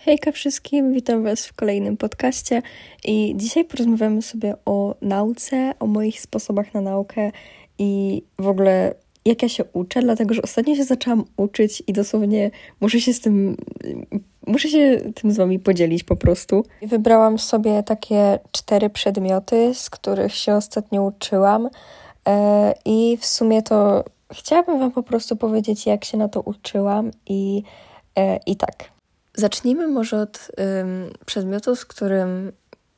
Hejka wszystkim, witam Was w kolejnym podcaście i dzisiaj porozmawiamy sobie o nauce, o moich sposobach na naukę i w ogóle jak ja się uczę, dlatego że ostatnio się zaczęłam uczyć i dosłownie muszę się tym z Wami podzielić po prostu. Wybrałam sobie takie 4 przedmioty, z których się ostatnio uczyłam i w sumie to chciałabym Wam po prostu powiedzieć, jak się na to uczyłam i tak. Zacznijmy może od przedmiotu, z którym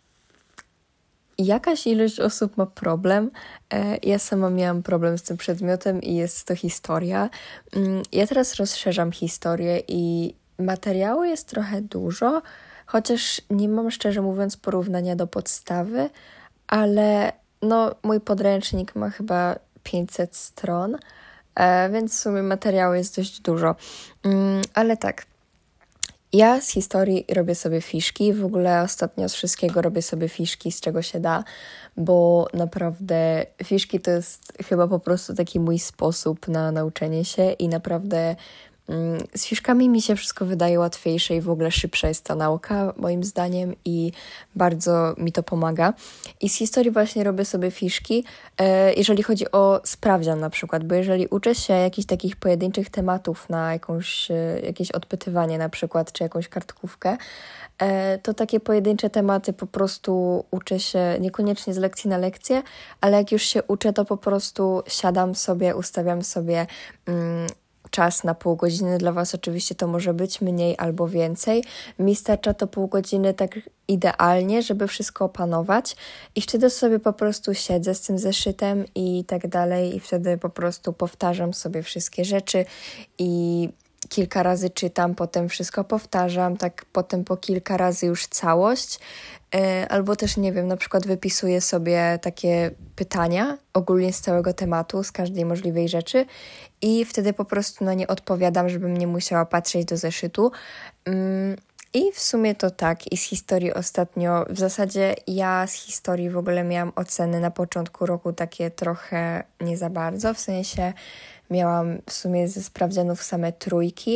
jakaś ilość osób ma problem. Ja sama miałam problem z tym przedmiotem i jest to historia. Ja teraz rozszerzam historię i materiału jest trochę dużo, chociaż nie mam szczerze mówiąc porównania do podstawy, ale mój podręcznik ma chyba 500 stron, więc w sumie materiału jest dość dużo. Ale tak. Ja z historii robię sobie fiszki, w ogóle ostatnio z wszystkiego robię sobie fiszki, z czego się da, bo naprawdę fiszki to jest chyba po prostu taki mój sposób na nauczenie się i naprawdę z fiszkami mi się wszystko wydaje łatwiejsze i w ogóle szybsza jest ta nauka moim zdaniem i bardzo mi to pomaga. I z historii właśnie robię sobie fiszki, jeżeli chodzi o sprawdzian na przykład, bo jeżeli uczę się jakichś takich pojedynczych tematów na jakieś odpytywanie na przykład, czy jakąś kartkówkę, to takie pojedyncze tematy po prostu uczę się niekoniecznie z lekcji na lekcję, ale jak już się uczę, to po prostu siadam sobie, ustawiam sobie czas na pół godziny. Dla Was oczywiście to może być mniej albo więcej. Mi starcza to pół godziny tak idealnie, żeby wszystko opanować i wtedy sobie po prostu siedzę z tym zeszytem i tak dalej i wtedy po prostu powtarzam sobie wszystkie rzeczy i kilka razy czytam, potem wszystko powtarzam, tak potem po kilka razy już całość. Albo też, nie wiem, na przykład wypisuję sobie takie pytania ogólnie z całego tematu, z każdej możliwej rzeczy i wtedy po prostu na nie odpowiadam, żebym nie musiała patrzeć do zeszytu. I w sumie to tak. I z historii ostatnio, w zasadzie ja z historii w ogóle miałam oceny na początku roku takie trochę nie za bardzo, w sensie miałam w sumie ze sprawdzianów same 3,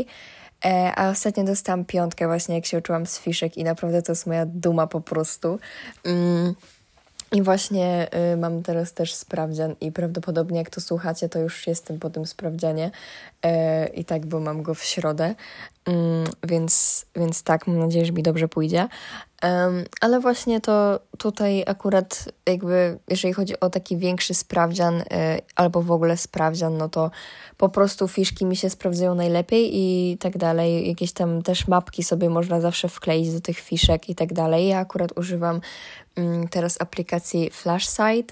a ostatnio dostałam 5 właśnie jak się uczyłam z fiszek i naprawdę to jest moja duma po prostu. I właśnie mam teraz też sprawdzian i prawdopodobnie jak to słuchacie, to już jestem po tym sprawdzianie i tak, bo mam go w środę, więc tak, mam nadzieję, że mi dobrze pójdzie. Ale właśnie to tutaj akurat jakby, jeżeli chodzi o taki większy sprawdzian albo w ogóle sprawdzian, no to po prostu fiszki mi się sprawdzają najlepiej i tak dalej. Jakieś tam też mapki sobie można zawsze wkleić do tych fiszek i tak dalej. Ja akurat używam teraz aplikacji Flashsite.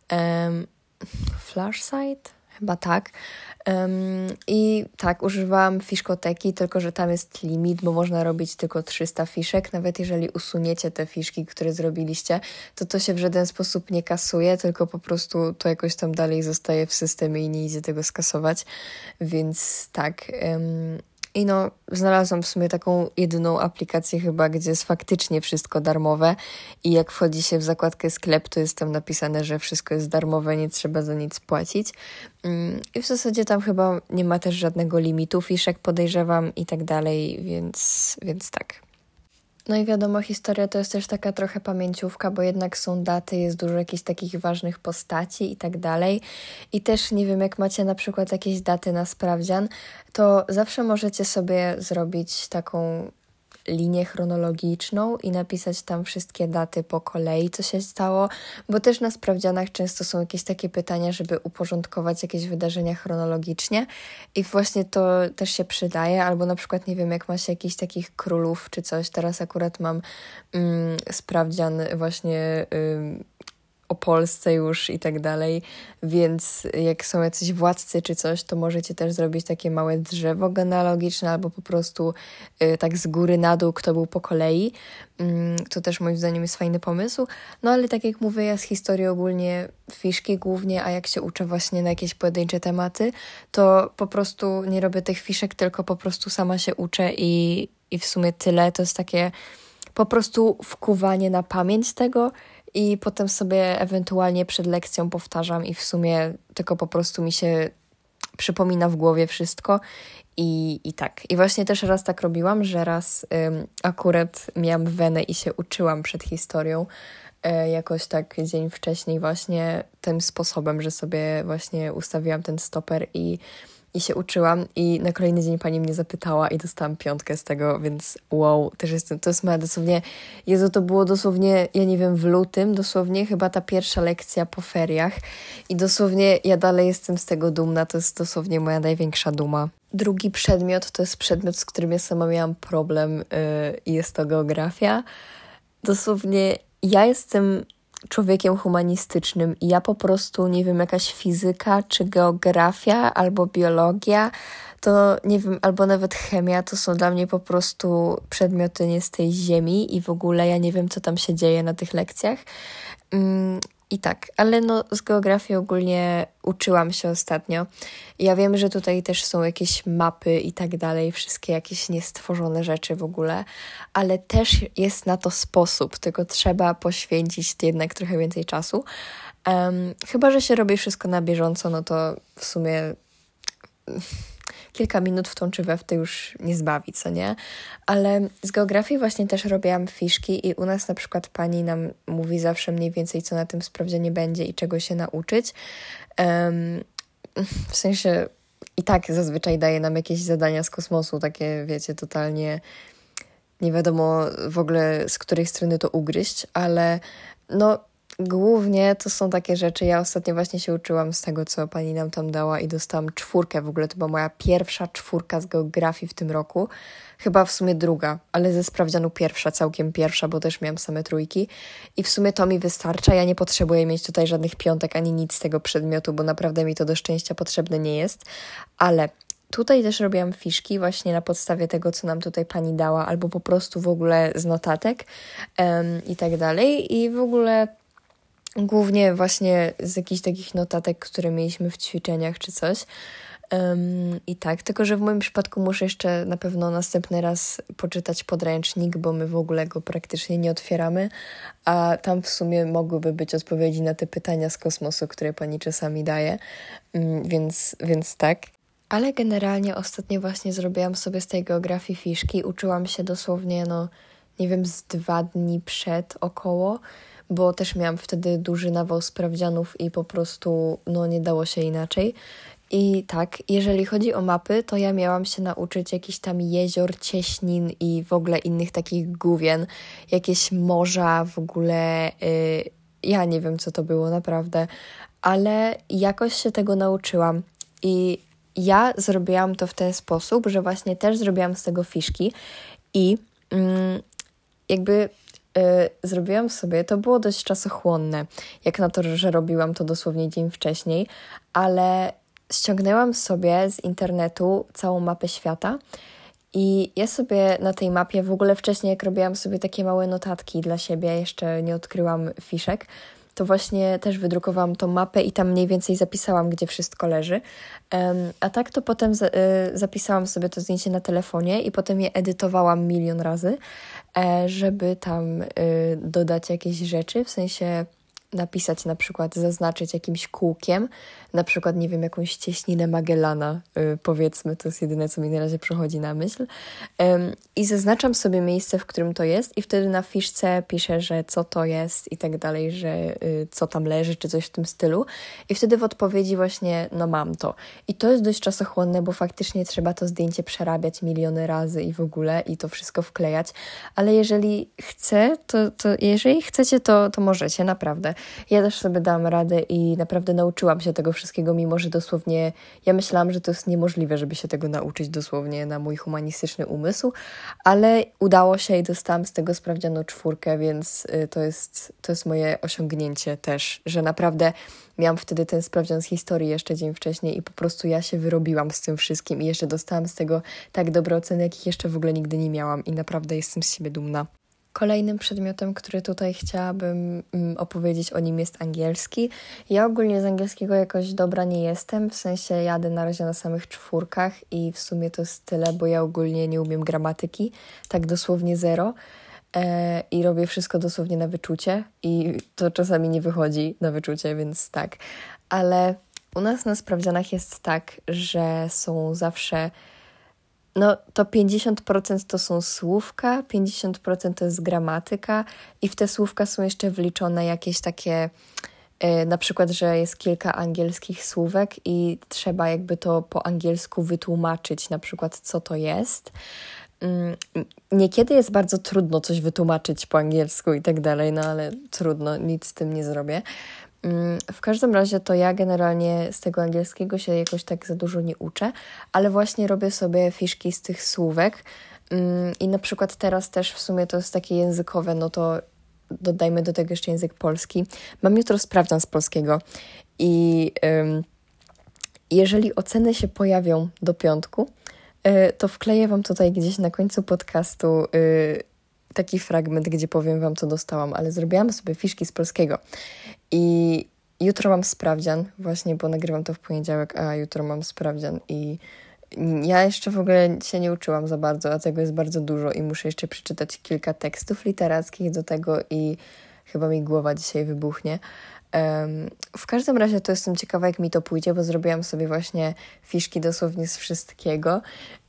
Flashsite? Chyba tak. I tak, używałam fiszkoteki, tylko że tam jest limit, bo można robić tylko 300 fiszek. Nawet jeżeli usuniecie te fiszki, które zrobiliście, to się w żaden sposób nie kasuje, tylko po prostu to jakoś tam dalej zostaje w systemie i nie idzie tego skasować. Więc tak. I znalazłam w sumie taką jedyną aplikację chyba, gdzie jest faktycznie wszystko darmowe i jak wchodzi się w zakładkę sklep, to jest tam napisane, że wszystko jest darmowe, nie trzeba za nic płacić. I w zasadzie tam chyba nie ma też żadnego limitu fiszek, podejrzewam i tak dalej, więc tak. No i wiadomo, historia to jest też taka trochę pamięciówka, bo jednak są daty, jest dużo jakichś takich ważnych postaci i tak dalej. I też nie wiem, jak macie na przykład jakieś daty na sprawdzian, to zawsze możecie sobie zrobić taką linię chronologiczną i napisać tam wszystkie daty po kolei, co się stało, bo też na sprawdzianach często są jakieś takie pytania, żeby uporządkować jakieś wydarzenia chronologicznie i właśnie to też się przydaje, albo na przykład, nie wiem, jak ma się jakichś takich królów czy coś, teraz akurat mam sprawdzian właśnie o Polsce już i tak dalej, więc jak są jacyś władcy czy coś, to możecie też zrobić takie małe drzewo genealogiczne albo po prostu tak z góry na dół, kto był po kolei. To też moim zdaniem jest fajny pomysł. No ale tak jak mówię, ja z historii ogólnie fiszki głównie, a jak się uczę właśnie na jakieś pojedyncze tematy, to po prostu nie robię tych fiszek, tylko po prostu sama się uczę i w sumie tyle. To jest takie po prostu wkuwanie na pamięć tego i potem sobie ewentualnie przed lekcją powtarzam i w sumie tylko po prostu mi się przypomina w głowie wszystko i tak. I właśnie też raz tak robiłam, że raz akurat miałam wenę i się uczyłam przed historią jakoś tak dzień wcześniej właśnie tym sposobem, że sobie właśnie ustawiłam ten stoper i się uczyłam i na kolejny dzień pani mnie zapytała i dostałam 5 z tego, więc wow, też jestem, to jest moja dosłownie, Jezu, to było dosłownie, ja nie wiem, w lutym dosłownie, chyba ta pierwsza lekcja po feriach i dosłownie ja dalej jestem z tego dumna, to jest dosłownie moja największa duma. Drugi przedmiot to jest przedmiot, z którym ja sama miałam problem i jest to geografia. Dosłownie ja jestem człowiekiem humanistycznym i ja po prostu, nie wiem, jakaś fizyka, czy geografia, albo biologia, to nie wiem, albo nawet chemia, to są dla mnie po prostu przedmioty nie z tej ziemi i w ogóle ja nie wiem, co tam się dzieje na tych lekcjach. I tak, ale no z geografii ogólnie uczyłam się ostatnio. Ja wiem, że tutaj też są jakieś mapy i tak dalej, wszystkie jakieś niestworzone rzeczy w ogóle, ale też jest na to sposób, tylko trzeba poświęcić jednak trochę więcej czasu. Chyba że się robi wszystko na bieżąco, no to w sumie kilka minut w tą czy we w to już nie zbawi, co nie? Ale z geografii właśnie też robiłam fiszki i u nas na przykład pani nam mówi zawsze mniej więcej, co na tym sprawdzianie będzie i czego się nauczyć. W sensie i tak zazwyczaj daje nam jakieś zadania z kosmosu, takie wiecie, totalnie nie wiadomo w ogóle z której strony to ugryźć, ale no głównie to są takie rzeczy. Ja ostatnio właśnie się uczyłam z tego, co pani nam tam dała i dostałam 4. W ogóle to była moja pierwsza 4 z geografii w tym roku. Chyba w sumie druga, ale ze sprawdzianu całkiem pierwsza, bo też miałam same 3. I w sumie to mi wystarcza. Ja nie potrzebuję mieć tutaj żadnych 5 ani nic z tego przedmiotu, bo naprawdę mi to do szczęścia potrzebne nie jest. Ale tutaj też robiłam fiszki właśnie na podstawie tego, co nam tutaj pani dała, albo po prostu w ogóle z notatek i tak dalej. I w ogóle głównie właśnie z jakichś takich notatek, które mieliśmy w ćwiczeniach czy coś. I tak, tylko że w moim przypadku muszę jeszcze na pewno następny raz poczytać podręcznik, bo my w ogóle go praktycznie nie otwieramy, a tam w sumie mogłyby być odpowiedzi na te pytania z kosmosu, które pani czasami daje, więc tak. Ale generalnie ostatnio właśnie zrobiłam sobie z tej geografii fiszki, uczyłam się dosłownie, no nie wiem, z 2 dni przed około, bo też miałam wtedy duży nawał sprawdzianów i po prostu no nie dało się inaczej. I tak, jeżeli chodzi o mapy, to ja miałam się nauczyć jakichś tam jezior, cieśnin i w ogóle innych takich gówien, jakieś morza w ogóle, ja nie wiem co to było naprawdę, ale jakoś się tego nauczyłam i ja zrobiłam to w ten sposób, że właśnie też zrobiłam z tego fiszki i jakby zrobiłam sobie, to było dość czasochłonne, jak na to, że robiłam to dosłownie dzień wcześniej, ale ściągnęłam sobie z internetu całą mapę świata i ja sobie na tej mapie, w ogóle wcześniej jak robiłam sobie takie małe notatki dla siebie, jeszcze nie odkryłam fiszek, to właśnie też wydrukowałam tą mapę i tam mniej więcej zapisałam, gdzie wszystko leży. A tak to potem zapisałam sobie to zdjęcie na telefonie i potem je edytowałam 1 000 000 razy, żeby tam dodać jakieś rzeczy, w sensie napisać na przykład, zaznaczyć jakimś kółkiem, na przykład, nie wiem, jakąś cieśninę Magellana, powiedzmy, to jest jedyne, co mi na razie przychodzi na myśl. I zaznaczam sobie miejsce, w którym to jest i wtedy na fiszce piszę, że co to jest i tak dalej, że co tam leży, czy coś w tym stylu. I wtedy w odpowiedzi właśnie, no mam to. I to jest dość czasochłonne, bo faktycznie trzeba to zdjęcie przerabiać miliony razy i w ogóle i to wszystko wklejać. Ale jeżeli chcę, jeżeli chcecie, to możecie, naprawdę. Ja też sobie dałam radę i naprawdę nauczyłam się tego wszystkiego, mimo że dosłownie ja myślałam, że to jest niemożliwe, żeby się tego nauczyć dosłownie na mój humanistyczny umysł, ale udało się i dostałam z tego sprawdzianu 4, więc to jest moje osiągnięcie też, że naprawdę miałam wtedy ten sprawdzian z historii jeszcze dzień wcześniej i po prostu ja się wyrobiłam z tym wszystkim i jeszcze dostałam z tego tak dobre oceny, jakich jeszcze w ogóle nigdy nie miałam i naprawdę jestem z siebie dumna. Kolejnym przedmiotem, który tutaj chciałabym opowiedzieć o nim jest angielski. Ja ogólnie z angielskiego jakoś dobra nie jestem, w sensie jadę na razie na samych 4 i w sumie to jest tyle, bo ja ogólnie nie umiem gramatyki, tak dosłownie 0 i robię wszystko dosłownie na wyczucie i to czasami nie wychodzi na wyczucie, więc tak. Ale U nas na sprawdzianach jest tak, że są zawsze, no to 50% to są słówka, 50% to jest gramatyka i w te słówka są jeszcze wliczone jakieś takie, na przykład, że jest kilka angielskich słówek i trzeba jakby to po angielsku wytłumaczyć, na przykład co to jest. Niekiedy jest bardzo trudno coś wytłumaczyć po angielsku i tak dalej, no ale trudno, nic z tym nie zrobię. W każdym razie to ja generalnie z tego angielskiego się jakoś tak za dużo nie uczę, ale właśnie robię sobie fiszki z tych słówek i na przykład teraz też w sumie to jest takie językowe, no to dodajmy do tego jeszcze język polski. Mam jutro sprawdzian z polskiego i jeżeli oceny się pojawią do piątku, to wkleję Wam tutaj gdzieś na końcu podcastu taki fragment, gdzie powiem Wam, co dostałam, ale zrobiłam sobie fiszki z polskiego i jutro mam sprawdzian, właśnie, bo nagrywam to w poniedziałek, a jutro mam sprawdzian i ja jeszcze w ogóle się nie uczyłam za bardzo, a tego jest bardzo dużo i muszę jeszcze przeczytać kilka tekstów literackich do tego i chyba mi głowa dzisiaj wybuchnie. W każdym razie to jestem ciekawa, jak mi to pójdzie, bo zrobiłam sobie właśnie fiszki dosłownie z wszystkiego.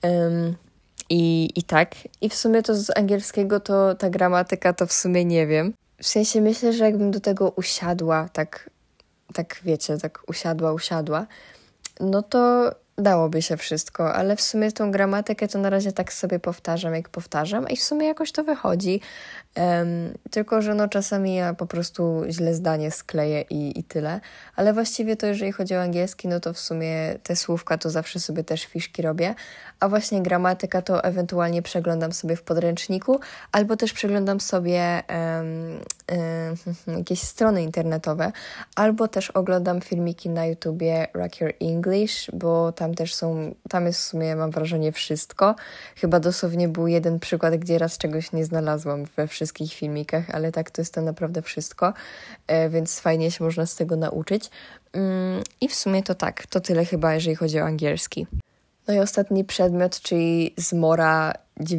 I tak. I w sumie to z angielskiego to ta gramatyka to w sumie nie wiem. W sensie myślę, że jakbym do tego usiadła, tak wiecie, tak usiadła, no to dałoby się wszystko, ale w sumie tą gramatykę to na razie tak sobie powtarzam, jak powtarzam i w sumie jakoś to wychodzi. Tylko, że no czasami ja po prostu źle zdanie skleję i tyle. Ale właściwie to jeżeli chodzi o angielski, no to w sumie te słówka to zawsze sobie też fiszki robię, a właśnie gramatyka to ewentualnie przeglądam sobie w podręczniku, albo też przeglądam sobie jakieś strony internetowe, albo też oglądam filmiki na YouTubie Rock Your English, bo tam jest w sumie, mam wrażenie, wszystko. Chyba dosłownie był jeden przykład, gdzie raz czegoś nie znalazłam we wszystkich filmikach, ale tak to jest to naprawdę wszystko, więc fajnie się można z tego nauczyć. I w sumie to tak, to tyle chyba, jeżeli chodzi o angielski. No i ostatni przedmiot, czyli zmora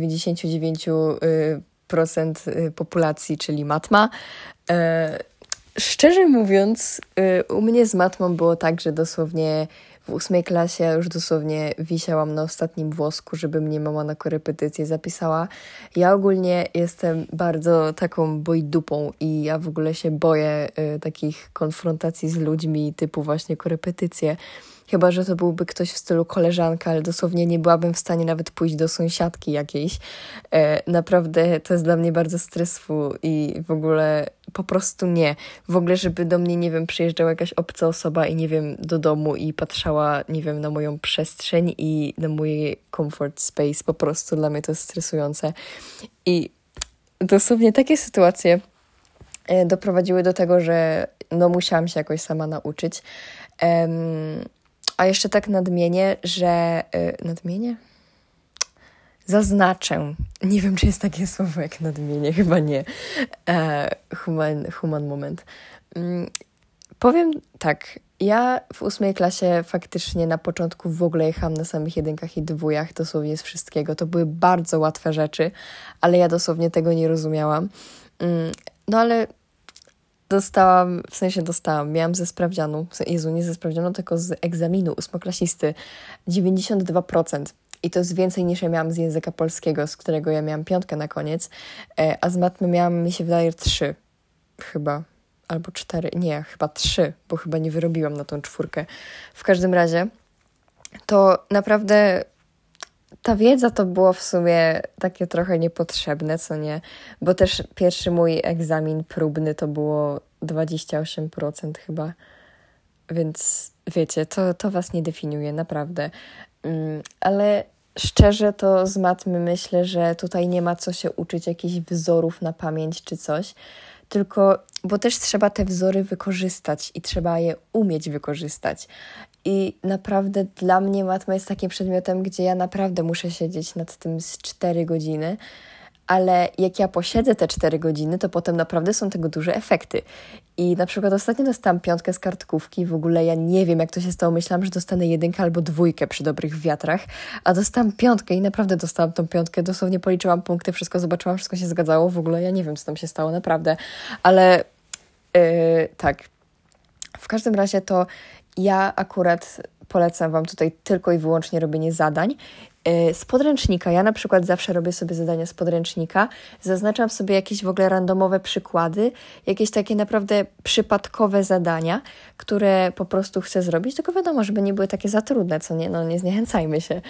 99% populacji, czyli matma. Szczerze mówiąc, u mnie z matmą było tak, że dosłownie w 8 klasie już dosłownie wisiałam na ostatnim włosku, żeby mnie mama na korepetycję zapisała. Ja ogólnie jestem bardzo taką bojdupą i ja w ogóle się boję takich konfrontacji z ludźmi typu właśnie korepetycje. Chyba że to byłby ktoś w stylu koleżanka, ale dosłownie nie byłabym w stanie nawet pójść do sąsiadki jakiejś. Naprawdę to jest dla mnie bardzo stresfu i w ogóle po prostu nie. W ogóle, żeby do mnie, nie wiem, przyjeżdżała jakaś obca osoba i nie wiem, do domu i patrzała, nie wiem, na moją przestrzeń i na mój comfort space. Po prostu dla mnie to jest stresujące. I dosłownie takie sytuacje doprowadziły do tego, że no musiałam się jakoś sama nauczyć. A jeszcze tak nadmienię, że... nadmienię? Zaznaczę. Nie wiem, czy jest takie słowo jak nadmienię. Chyba nie. Human moment. Powiem tak. Ja w 8 klasie faktycznie na początku w ogóle jechałam na samych jedynkach i dwójach, dosłownie z wszystkiego. To były bardzo łatwe rzeczy, ale ja dosłownie tego nie rozumiałam. No ale... miałam ze sprawdzianu, nie ze sprawdzianu, tylko z egzaminu ósmoklasisty 92%. I to jest więcej niż ja miałam z języka polskiego, z którego ja miałam 5 na koniec, a z matmy miałam, mi się wydaje, 3 chyba, albo 4, nie, chyba 3, bo chyba nie wyrobiłam na tą 4. W każdym razie to naprawdę... Ta wiedza to było w sumie takie trochę niepotrzebne, co nie? Bo też pierwszy mój egzamin próbny to było 28% chyba. Więc wiecie, to was nie definiuje, naprawdę. Ale szczerze to z matmy myślę, że tutaj nie ma co się uczyć jakichś wzorów na pamięć czy coś. Tylko, bo też trzeba te wzory wykorzystać i trzeba je umieć wykorzystać. I naprawdę dla mnie matma jest takim przedmiotem, gdzie ja naprawdę muszę siedzieć nad tym z 4 godziny, ale jak ja posiedzę te 4 godziny, to potem naprawdę są tego duże efekty. I na przykład ostatnio dostałam 5 z kartkówki, w ogóle ja nie wiem, jak to się stało, myślałam, że dostanę 1 albo 2 przy dobrych wiatrach, a dostałam 5 i naprawdę dostałam tą 5, dosłownie policzyłam punkty, wszystko zobaczyłam, wszystko się zgadzało, w ogóle ja nie wiem, co tam się stało, naprawdę, ale tak. W każdym razie to Ja akurat polecam Wam tutaj tylko i wyłącznie robienie zadań z podręcznika. Ja na przykład zawsze robię sobie zadania z podręcznika, zaznaczam sobie jakieś w ogóle randomowe przykłady, jakieś takie naprawdę przypadkowe zadania, które po prostu chcę zrobić, tylko wiadomo, żeby nie były takie za trudne, co nie? No nie zniechęcajmy się.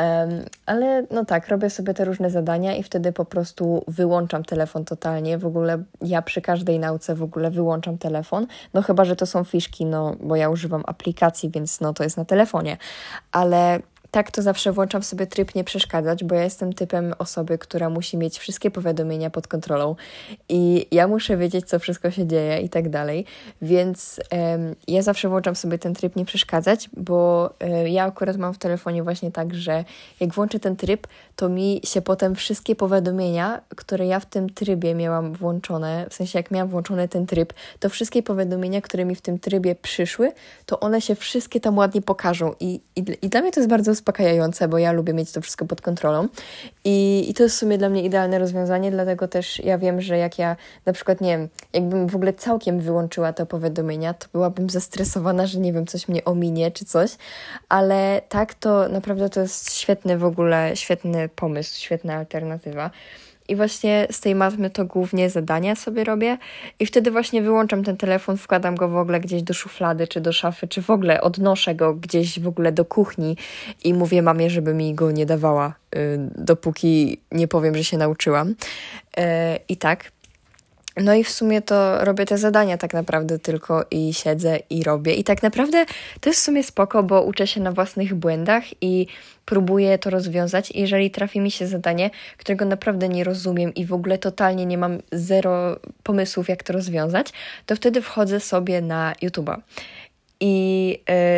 Ale no tak, robię sobie te różne zadania i wtedy po prostu wyłączam telefon totalnie. W ogóle ja przy każdej nauce w ogóle wyłączam telefon, no chyba, że to są fiszki, no bo ja używam aplikacji, więc no to jest na telefonie, ale tak to zawsze włączam sobie tryb nie przeszkadzać, bo ja jestem typem osoby, która musi mieć wszystkie powiadomienia pod kontrolą i ja muszę wiedzieć, co wszystko się dzieje i tak dalej, więc ja zawsze włączam sobie ten tryb nie przeszkadzać, bo ja akurat mam w telefonie właśnie tak, że jak włączę ten tryb, to mi się potem wszystkie powiadomienia, które ja w tym trybie miałam włączone, w sensie jak miałam włączony ten tryb, to wszystkie powiadomienia, które mi w tym trybie przyszły, to one się wszystkie tam ładnie pokażą i dla mnie to jest bardzo uspokajające, bo ja lubię mieć to wszystko pod kontrolą i to jest w sumie dla mnie idealne rozwiązanie, dlatego też ja wiem, że jak ja na przykład, nie wiem, jakbym w ogóle całkiem wyłączyła te powiadomienia, to byłabym zestresowana, że nie wiem, coś mnie ominie czy coś, ale tak to naprawdę to jest świetny w ogóle, świetny pomysł, świetna alternatywa. I właśnie z tej matmy to głównie zadania sobie robię i wtedy właśnie wyłączam ten telefon, wkładam go w ogóle gdzieś do szuflady, czy do szafy, czy w ogóle odnoszę go gdzieś w ogóle do kuchni i mówię mamie, żeby mi go nie dawała, dopóki nie powiem, że się nauczyłam. I tak. No i w sumie to robię te zadania tak naprawdę tylko i siedzę i robię. I tak naprawdę to jest w sumie spoko, bo uczę się na własnych błędach i próbuję to rozwiązać. I jeżeli trafi mi się zadanie, którego naprawdę nie rozumiem i w ogóle totalnie nie mam zero pomysłów, jak to rozwiązać, to wtedy wchodzę sobie na YouTube'a. I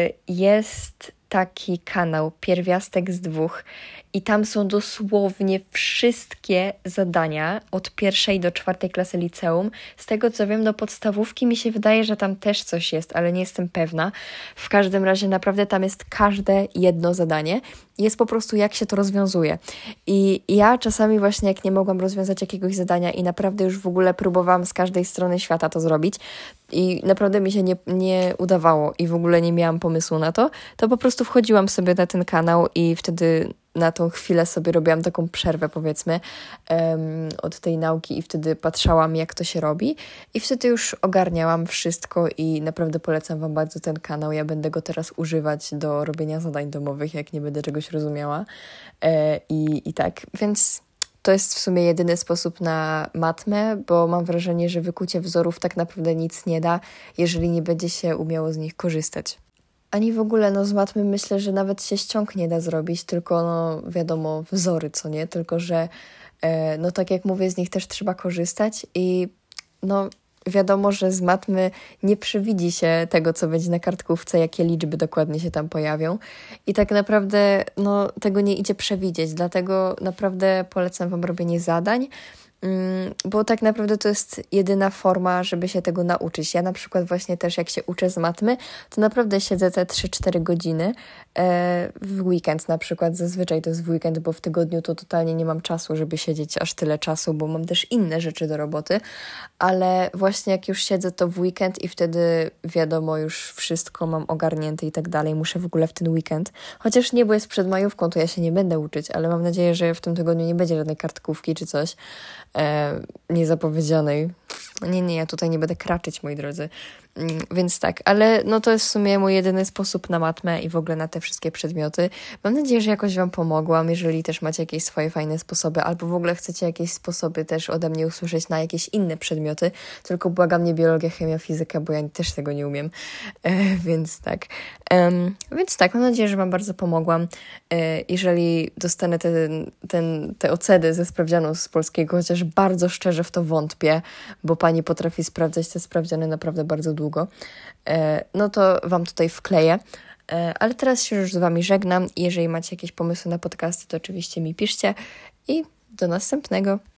jest taki kanał Pierwiastek z dwóch i tam są dosłownie wszystkie zadania od 1. do 4. klasy liceum. Z tego co wiem, do podstawówki mi się wydaje, że tam też coś jest, ale nie jestem pewna. W każdym razie naprawdę tam jest każde jedno zadanie. Jest po prostu jak się to rozwiązuje. I ja czasami właśnie jak nie mogłam rozwiązać jakiegoś zadania i naprawdę już w ogóle próbowałam z każdej strony świata to zrobić i naprawdę mi się nie udawało i w ogóle nie miałam pomysłu na to, to po prostu wchodziłam sobie na ten kanał i wtedy na tą chwilę sobie robiłam taką przerwę, powiedzmy, od tej nauki i wtedy patrzałam, jak to się robi i wtedy już ogarniałam wszystko i naprawdę polecam Wam bardzo ten kanał. Ja będę go teraz używać do robienia zadań domowych, jak nie będę czegoś rozumiała i tak, więc to jest w sumie jedyny sposób na matmę, bo mam wrażenie, że wykucie wzorów tak naprawdę nic nie da, jeżeli nie będzie się umiało z nich korzystać. Ani w ogóle, no z matmy myślę, że nawet się ściąg nie da zrobić, tylko no wiadomo, wzory, co nie? Tylko, że no tak jak mówię, z nich też trzeba korzystać i no wiadomo, że z matmy nie przewidzi się tego, co będzie na kartkówce, jakie liczby dokładnie się tam pojawią i tak naprawdę no tego nie idzie przewidzieć, dlatego naprawdę polecam Wam robienie zadań, bo tak naprawdę to jest jedyna forma, żeby się tego nauczyć. Ja na przykład właśnie też jak się uczę z matmy, to naprawdę siedzę te 3-4 godziny w weekend na przykład. Zazwyczaj to jest w weekend, bo w tygodniu to totalnie nie mam czasu, żeby siedzieć aż tyle czasu, bo mam też inne rzeczy do roboty, ale właśnie jak już siedzę to w weekend i wtedy wiadomo, już wszystko mam ogarnięte i tak dalej, muszę w ogóle w ten weekend, chociaż nie, bo jest przed majówką, to ja się nie będę uczyć, ale mam nadzieję, że w tym tygodniu nie będzie żadnej kartkówki czy coś niezapowiedzianej. Nie, ja tutaj nie będę kraczyć, moi drodzy. Więc tak, ale no to jest w sumie mój jedyny sposób na matmę i w ogóle na te wszystkie przedmioty. Mam nadzieję, że jakoś Wam pomogłam. Jeżeli też macie jakieś swoje fajne sposoby albo w ogóle chcecie jakieś sposoby też ode mnie usłyszeć na jakieś inne przedmioty, tylko błagam, nie biologia, chemia, fizyka, bo ja też tego nie umiem. Więc tak. Więc tak, mam nadzieję, że Wam bardzo pomogłam. Jeżeli dostanę te oceny ze sprawdzianu z polskiego, chociaż bardzo szczerze w to wątpię, bo pani potrafi sprawdzać te sprawdziany naprawdę bardzo długo, no to Wam tutaj wkleję. Ale teraz się już z Wami żegnam i jeżeli macie jakieś pomysły na podcasty, to oczywiście mi piszcie i do następnego.